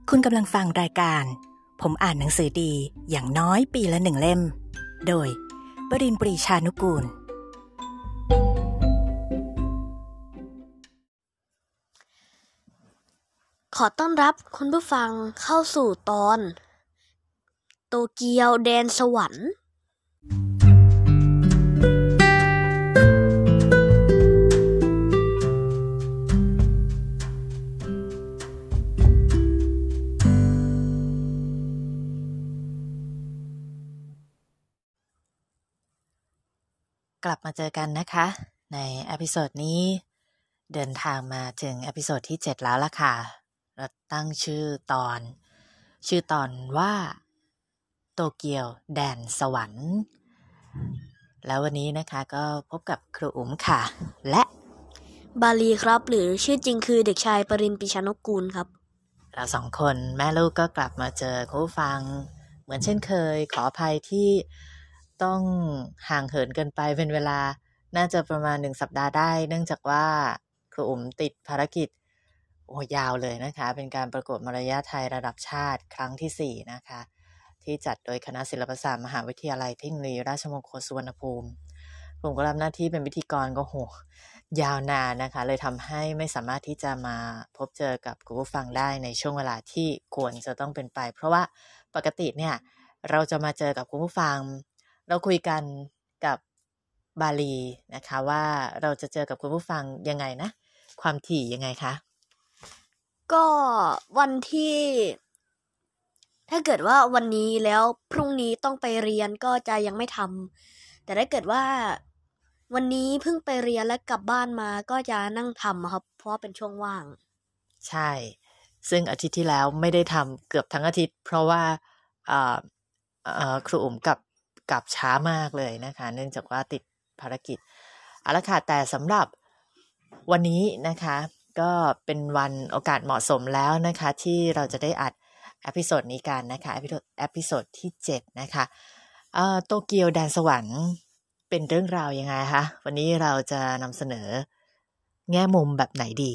คุณกำลังฟังรายการผมอ่านหนังสือดีอย่างน้อยปีละ1 เล่มโดยบดินทร์ ปรีชานุกูลขอต้อนรับคุณผู้ฟังเข้าสู่ตอนโตเกียวแดนสวรรค์กลับมาเจอกันนะคะในเอพิโซดนี้เดินทางมาถึงเอพิโซดที่7แล้วล่ะค่ะเราตั้งชื่อตอนว่าโตเกียวแดนสวรรค์แล้ววันนี้นะคะก็พบกับครูอุ๋มค่ะและบาลีครับหรือชื่อจริงคือเด็กชายปรินทร์ ปรีชานุกูลครับเราสองคนแม่ลูกก็กลับมาเจอคุณผู้ฟังเหมือนเช่นเคยขออภัยที่ต้องห่างเหินกันไปเป็นเวลาน่าจะประมาณ1 สัปดาห์ได้เนื่องจากว่าครูอุ๋มติดภารกิจยาวเลยนะคะเป็นการประกวดมารยาทไทยระดับชาติครั้งที่4นะคะที่จัดโดยคณะศิลปศาสตร์มหาวิทยาลัยเทคโนโลยีราชมงคลสุวรรณภูมิผมก็รับหน้าที่เป็นพิธีกรก็ยาวนานนะคะเลยทำให้ไม่สามารถที่จะมาพบเจอกับคุณผู้ฟังได้ในช่วงเวลาที่ควรจะต้องเป็นไปเพราะว่าปกติเนี่ยเราจะมาเจอกับคุณผู้ฟังเราคุยกันกับบาลีนะคะว่าเราจะเจอกับคุณผู้ฟังยังไงนะความถี่ยังไงคะก็วันที่ถ้าเกิดว่าวันนี้แล้วพรุ่งนี้ต้องไปเรียนก็จะยังไม่ทำแต่ถ้าเกิดว่าวันนี้เพิ่งไปเรียนและกลับบ้านมาก็จะนั่งทำครับเพราะเป็นช่วงว่างใช่ซึ่งอาทิตย์ที่แล้วไม่ได้ทำเกือบทั้งอาทิตย์เพราะว่าครูอุ๋มกลับช้ามากเลยนะคะเนื่องจากว่าติดภารกิจเอาละค่ะแต่สำหรับวันนี้นะคะก็เป็นวันโอกาสเหมาะสมแล้วนะคะที่เราจะได้อัดเอพิโซดนี้กันนะคะเอพิโซดที่7นะคะโตเกียวแดนสวรรค์เป็นเรื่องราวยังไงคะวันนี้เราจะนำเสนอแง่มุมแบบไหนดี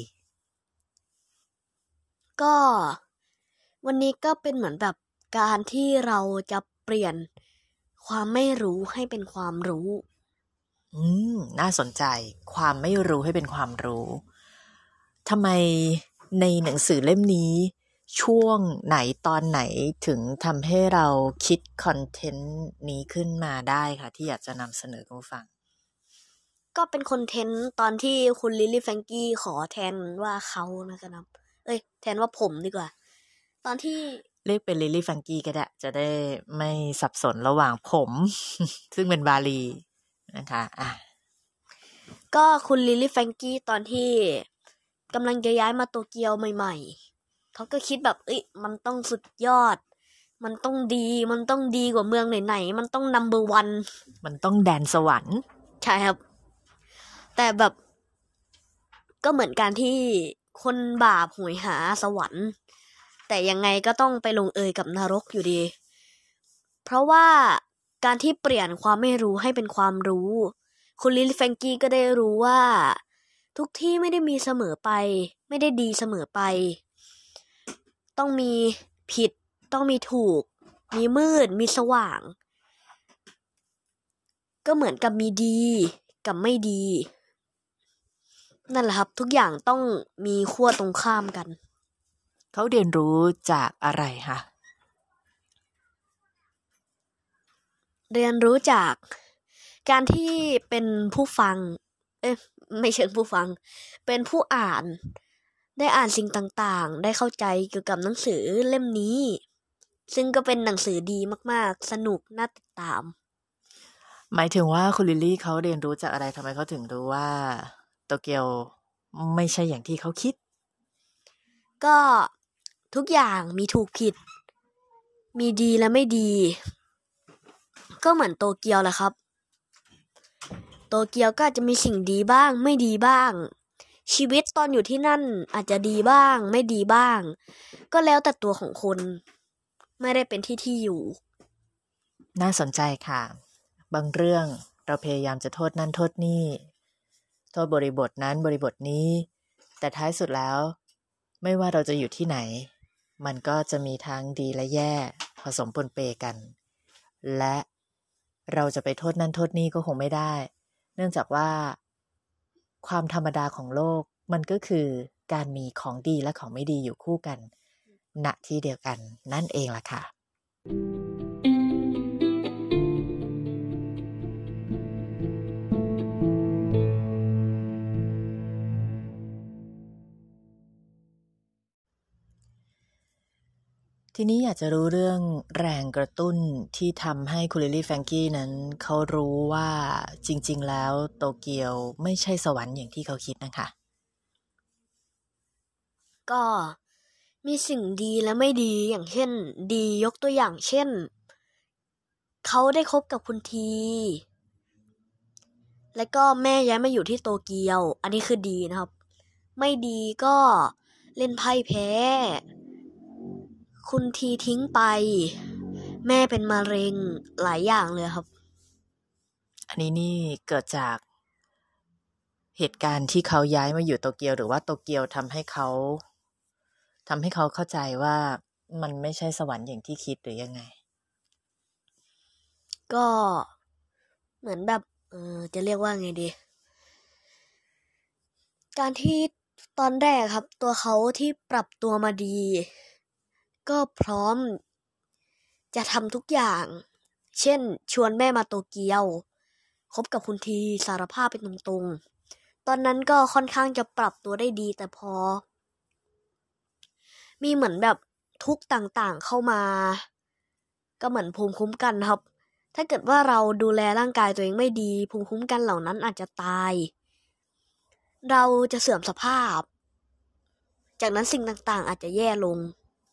ก็วันนี้ก็เป็นเหมือนแบบการที่เราจะเปลี่ยนความไม่รู้ให้เป็นความรู้น่าสนใจความไม่รู้ให้เป็นความรู้ทำไมในหนังสือเล่มนี้ช่วงไหนตอนไหนถึงทำให้เราคิดคอนเทนต์นี้ขึ้นมาได้ค่ะที่อยากจะนำเสนอคุณผู้ฟังก็เป็นคอนเทนต์ตอนที่คุณลิลลี่แฟรงกี้ขอแทนว่าเขานะครับแทนว่าผมดีกว่าตอนที่เรียกเป็นลิลลี่แฟรงกี้ก็ได้จะได้ไม่สับสนระหว่างผม ซึ่งเป็นบาลีนะคะก็คุณลิลลี่แฟรงกี้ตอนที่กำลังจะย้ายมาโตเกียวใหม่ๆเขาก็คิดแบบมันต้องสุดยอดมันต้องดีกว่าเมืองไหนๆมันต้องnumber 1 มันต้องแดนสวรรค์ใช่ครับแต่แบบก็เหมือนการที่คนบาปโหยหาสวรรค์แต่ยังไงก็ต้องไปลงเอยกับนรกอยู่ดีเพราะว่าการที่เปลี่ยนความไม่รู้ให้เป็นความรู้คุณลิลลี่แฟรงกี้ก็ได้รู้ว่าทุกที่ไม่ได้มีเสมอไปไม่ได้ดีเสมอไปต้องมีผิดต้องมีถูกมีมืดมีสว่างก็เหมือนกับมีดีกับไม่ดีนั่นแหละครับทุกอย่างต้องมีขั้วตรงข้ามกันเขาเรียนรู้จากอะไรคะเรียนรู้จากการที่เป็นผู้ฟังไม่เชิงผู้ฟังเป็นผู้อ่านได้อ่านสิ่งต่างๆได้เข้าใจเกี่ยวกับหนังสือเล่มนี้ซึ่งก็เป็นหนังสือดีมากๆสนุกน่าติดตามหมายถึงว่าคุณลิลลี่เขาเรียนรู้จากอะไรทำไมเขาถึงรู้ว่าโตเกียวไม่ใช่อย่างที่เขาคิดก็ทุกอย่างมีถูกผิดมีดีและไม่ดีก็เหมือนโตเกียวแหละครับโตเกียวก็อาจจะมีสิ่งดีบ้างไม่ดีบ้างชีวิตตอนอยู่ที่นั่นอาจจะดีบ้างไม่ดีบ้างก็แล้วแต่ตัวของคนไม่ได้เป็นที่อยู่น่าสนใจค่ะบางเรื่องเราพยายามจะโทษนั่นโทษนี่โทษบริบทนั้นบริบทนี้แต่ท้ายสุดแล้วไม่ว่าเราจะอยู่ที่ไหนมันก็จะมีทั้งดีและแย่ผสมปนเปกัน และเราจะไปโทษนั่นโทษนี่ก็คงไม่ได้ เนื่องจากว่าความธรรมดาของโลกมันก็คือการมีของดีและของไม่ดีอยู่คู่กันณที่เดียวกันนั่นเองล่ะค่ะทีนี้อยากจะรู้เรื่องแรงกระตุ้นที่ทำให้คุณลิลลี่แฟรงกี้นั้นเขารู้ว่าจริงๆแล้วโตเกียวไม่ใช่สวรรค์อย่างที่เขาคิดนะคะก็มีสิ่งดีและไม่ดีอย่างเช่นดียกตัวอย่างเช่นเขาได้คบกับคุณทีแล้วก็แม่ย้ายมาอยู่ที่โตเกียวอันนี้คือดีนะครับไม่ดีก็เล่นไพ่แพ้คุณทีทิ้งไปแม่เป็นมะเร็งหลายอย่างเลยครับอันนี้นี่เกิดจากเหตุการณ์ที่เขาย้ายมาอยู่โตเกียวหรือว่าโตเกียวทำให้เขาเข้าใจว่ามันไม่ใช่สวรรค์อย่างที่คิดหรือยังไงก็เหมือนแบบจะเรียกว่าไงดีการที่ตอนแรกครับตัวเขาที่ปรับตัวมาดีก็พร้อมจะทำทุกอย่างเช่นชวนแม่มาโตเกียวคบกับคุณทีสารภาพเป็นตรงๆตอนนั้นก็ค่อนข้างจะปรับตัวได้ดีแต่พอมีเหมือนแบบทุกข์ต่างๆเข้ามาก็เหมือนภูมิคุ้มกันครับถ้าเกิดว่าเราดูแลร่างกายตัวเองไม่ดีภูมิคุ้มกันเหล่านั้นอาจจะตายเราจะเสื่อมสภาพจากนั้นสิ่งต่างๆอาจจะแย่ลง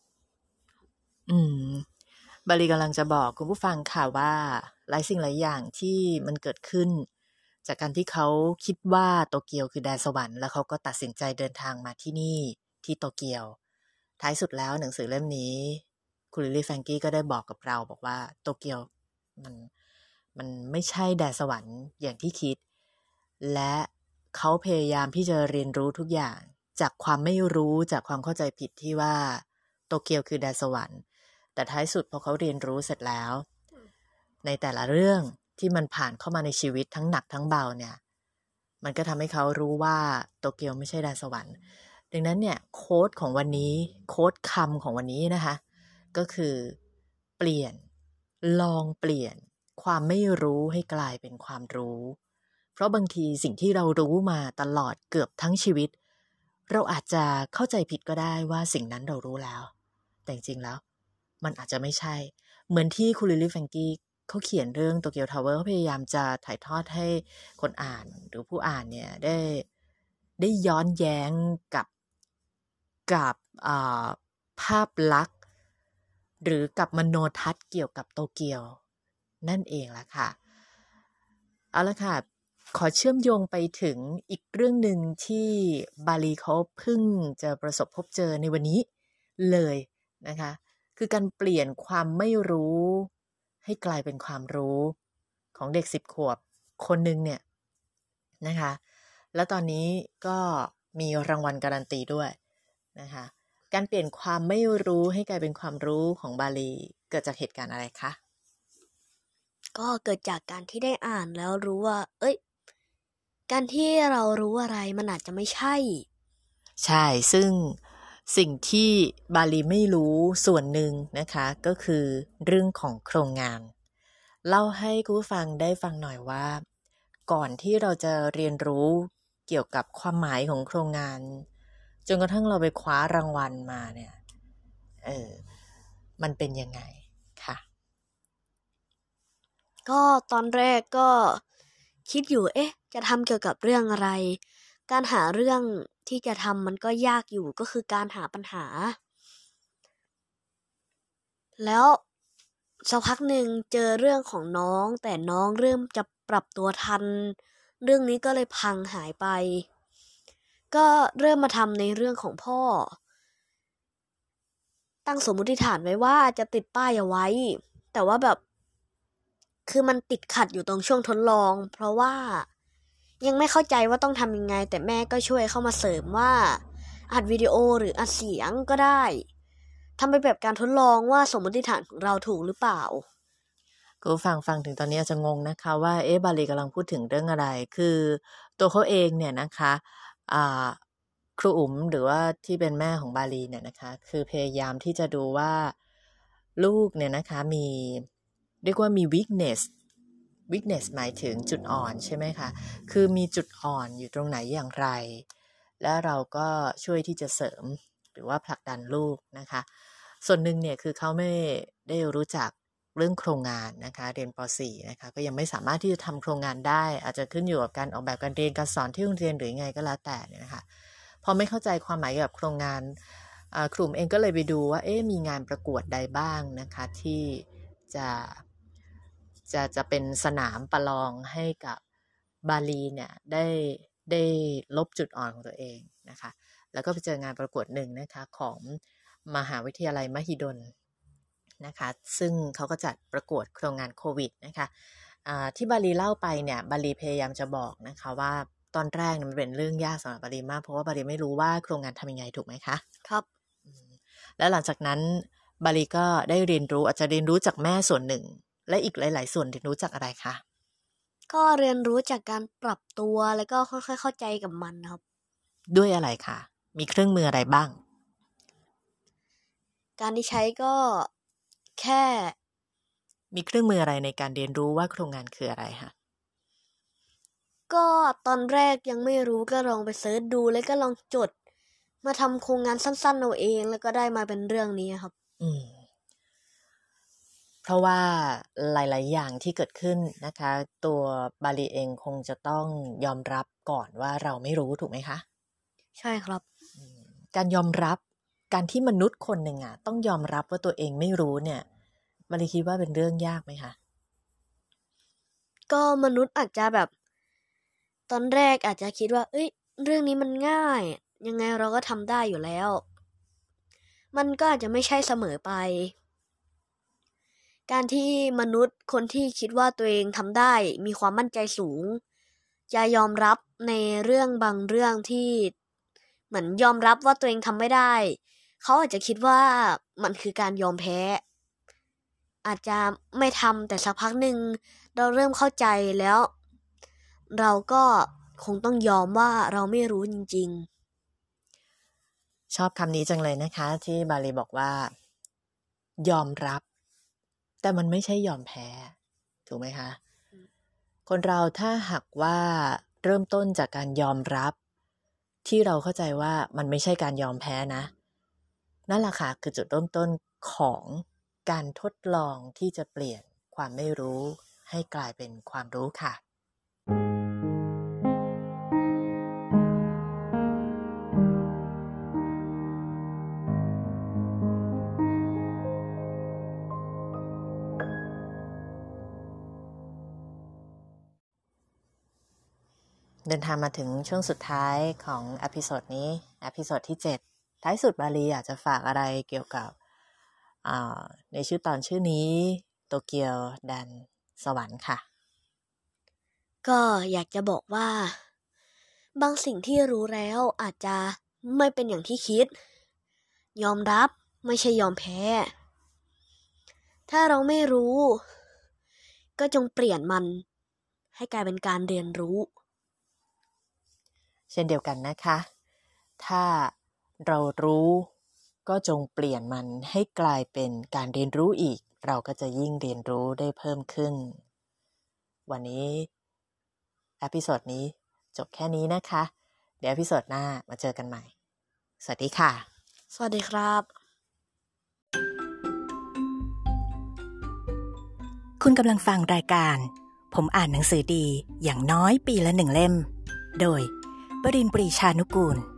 บาลีกำลังจะบอกคุณผู้ฟังค่ะว่าหลายสิ่งหลายอย่างที่มันเกิดขึ้นจากการที่เขาคิดว่าโตเกียวคือแดนสวรรค์แล้วเขาก็ตัดสินใจเดินทางมาที่นี่ที่โตเกียวท้ายสุดแล้วหนังสือเล่มนี้คุณลิลลี่แฟรงกี้ก็ได้บอกกับเราบอกว่าโตเกียวมันไม่ใช่แดนสวรรค์อย่างที่คิดและเขาพยายามที่จะเรียนรู้ทุกอย่างจากความไม่รู้จากความเข้าใจผิดที่ว่าโตเกียวคือแดนสวรรค์แต่ท้ายสุดพอเขาเรียนรู้เสร็จแล้วในแต่ละเรื่องที่มันผ่านเข้ามาในชีวิตทั้งหนักทั้งเบาเนี่ยมันก็ทำให้เขารู้ว่าโตเกียวไม่ใช่แดนสวรรค์ดังนั้นเนี่ยโค้ดของวันนี้โค้ดคำของวันนี้นะคะก็คือเปลี่ยนลองเปลี่ยนความไม่รู้ให้กลายเป็นความรู้เพราะบางทีสิ่งที่เรารู้มาตลอดเกือบทั้งชีวิตเราอาจจะเข้าใจผิดก็ได้ว่าสิ่งนั้นเรารู้แล้วแต่จริงๆแล้วมันอาจจะไม่ใช่เหมือนที่คุณลิลลี่แฟรงกี้เขาเขียนเรื่องโตเกียวทาวเวอร์เขาพยายามจะถ่ายทอดให้คนอ่านหรือผู้อ่านเนี่ยได้ย้อนแย้งกับภาพลักษณ์หรือกับมโนทัศน์เกี่ยวกับโตเกียวนั่นเองล่ะค่ะเอาละค่ะขอเชื่อมโยงไปถึงอีกเรื่องหนึ่งที่บาลีเขาเพิ่งจะประสบพบเจอในวันนี้เลยนะคะคือการเปลี่ยนความไม่รู้ให้กลายเป็นความรู้ของเด็ก10 ขวบคนหนึ่งเนี่ยนะคะแล้วตอนนี้ก็มีรางวัลการันตีด้วยนะคะการเปลี่ยนความไม่รู้ให้กลายเป็นความรู้ของบาลีเกิดจากเหตุการณ์อะไรคะก็เกิดจากการที่ได้อ่านแล้วรู้ว่าการที่เรารู้อะไรมันอาจจะไม่ใช่ใช่ซึ่งสิ่งที่บาลีไม่รู้ส่วนหนึ่งนะคะก็คือเรื่องของโครงงานเล่าให้คุณผู้ฟังได้ฟังหน่อยว่าก่อนที่เราจะเรียนรู้เกี่ยวกับความหมายของโครงงานจนกระทั่งเราไปคว้ารางวัลมาเนี่ยมันเป็นยังไงค่ะก็ตอนแรกก็คิดอยู่จะทำเกี่ยวกับเรื่องอะไรการหาเรื่องที่จะทำมันก็ยากอยู่ก็คือการหาปัญหาแล้วสักพักหนึ่งเจอเรื่องของน้องแต่น้องเริ่มจะปรับตัวทันเรื่องนี้ก็เลยพังหายไปก็เริ่มมาทำในเรื่องของพ่อตั้งสมมติฐานไว้ว่าจะติดป้ายเอาไว้แต่ว่าแบบคือมันติดขัดอยู่ตรงช่วงทดลองเพราะว่ายังไม่เข้าใจว่าต้องทำยังไงแต่แม่ก็ช่วยเข้ามาเสริมว่าอัดวิดีโอหรืออัดเสียงก็ได้ทำไปแบบการทดลองว่าสมมติฐานของเราถูกหรือเปล่าก็ฟังถึงตอนนี้อาจจะงงนะคะว่าบาลีกำลังพูดถึงเรื่องอะไรคือตัวเขาเองเนี่ยนะคะครูอุ๋มหรือว่าที่เป็นแม่ของบาลีเนี่ยนะคะคือพยายามที่จะดูว่าลูกเนี่ยนะคะมีเรียกว่ามี weakness หมายถึงจุดอ่อนใช่ไหมคะคือมีจุดอ่อนอยู่ตรงไหนอย่างไรและเราก็ช่วยที่จะเสริมหรือว่าผลักดันลูกนะคะส่วนหนึ่งเนี่ยคือเขาไม่ได้รู้จักเรื่องโครงงานนะคะเรียนป .4 นะคะก็ยังไม่สามารถที่จะทำโครงงานได้อาจจะขึ้นอยู่กับการออกแบบการเรียนการสอนที่โรงเรียนหรือไงก็แล้วแต่เนี่ยนะคะพอไม่เข้าใจความหมายเกี่ยวกับโครงงานกลุ่มเองก็เลยไปดูว่ามีงานประกวดใดบ้างนะคะที่จะเป็นสนามประลองให้กับบาลีเนี่ยได้ลบจุดอ่อนของตัวเองนะคะแล้วก็ไปเจองานประกวดหนึ่งนะคะของมหาวิทยาลัยมหิดลนะคะซึ่งเขาก็จัดประกวดโครงงานโควิดนะคะที่บาลีเล่าไปเนี่ยบาลีพยายามจะบอกนะคะว่าตอนแรกมันเป็นเรื่องยากสำหรับบาลีมากเพราะว่าบาลีไม่รู้ว่าโครงงานทำยังไงถูกไหมคะครับแล้วหลังจากนั้นบาลีก็ได้เรียนรู้อาจจะเรียนรู้จากแม่ส่วนหนึ่งและอีกหลายๆส่วนเรียนรู้จากอะไรคะก็เรียนรู้จากการปรับตัวแล้วก็ค่อยๆเข้าใจกับมันครับด้วยอะไรคะมีเครื่องมืออะไรบ้างการที่ใช้ก็แค่มีเครื่องมืออะไรในการเรียนรู้ว่าโครงงานคืออะไรคะก็ตอนแรกยังไม่รู้ก็ลองไปเสิร์ชดูแล้วก็ลองจดมาทำโครงงานสั้นๆเอาเองแล้วก็ได้มาเป็นเรื่องนี้ครับเพราะว่าหลายๆอย่างที่เกิดขึ้นนะคะตัวบาลีเองคงจะต้องยอมรับก่อนว่าเราไม่รู้ถูกไหมคะใช่ครับการยอมรับการที่มนุษย์คนหนึ่งต้องยอมรับว่าตัวเองไม่รู้เนี่ยบาลีคิดว่าเป็นเรื่องยากไหมคะก็มนุษย์อาจจะแบบตอนแรกอาจจะคิดว่าเรื่องนี้มันง่ายยังไงเราก็ทำได้อยู่แล้วมันก็อาจจะไม่ใช่เสมอไปการที่มนุษย์คนที่คิดว่าตัวเองทำได้มีความมั่นใจสูงจะยอมรับในเรื่องบางเรื่องที่เหมือนยอมรับว่าตัวเองทำไม่ได้เขาอาจจะคิดว่ามันคือการยอมแพ้อาจจะไม่ทำแต่สักพักหนึ่งเราเริ่มเข้าใจแล้วเราก็คงต้องยอมว่าเราไม่รู้จริงๆชอบคำนี้จังเลยนะคะที่บาลีบอกว่ายอมรับแต่มันไม่ใช่ยอมแพ้ถูกไหมคะคนเราถ้าหากว่าเริ่มต้นจากการยอมรับที่เราเข้าใจว่ามันไม่ใช่การยอมแพ้นะนั่นแหละค่ะคือจุดเริ่มต้นของการทดลองที่จะเปลี่ยนความไม่รู้ให้กลายเป็นความรู้ค่ะเดินทางมาถึงช่วงสุดท้ายของเอพิโซดนี้เอพิโซดที่7ท้ายสุดบาลีอยากจะฝากอะไรเกี่ยวกับในชื่อตอนชื่อนี้โตเกียวแดนสวรรค์ค่ะก็อยากจะบอกว่าบางสิ่งที่รู้แล้วอาจจะไม่เป็นอย่างที่คิดยอมรับไม่ใช่ยอมแพ้ถ้าเราไม่รู้ก็จงเปลี่ยนมันให้กลายเป็นการเรียนรู้เช่นเดียวกันนะคะถ้าเรารู้ก็จงเปลี่ยนมันให้กลายเป็นการเรียนรู้อีกเราก็จะยิ่งเรียนรู้ได้เพิ่มขึ้นวันนี้เอพิโซดนี้จบแค่นี้นะคะเดี๋ยวเอพิโซดหน้ามาเจอกันใหม่สวัสดีค่ะสวัสดีครับคุณกำลังฟังรายการผมอ่านหนังสือดีอย่างน้อยปีละ1 เล่มโดย วรินทร์ ปรีชานุกูล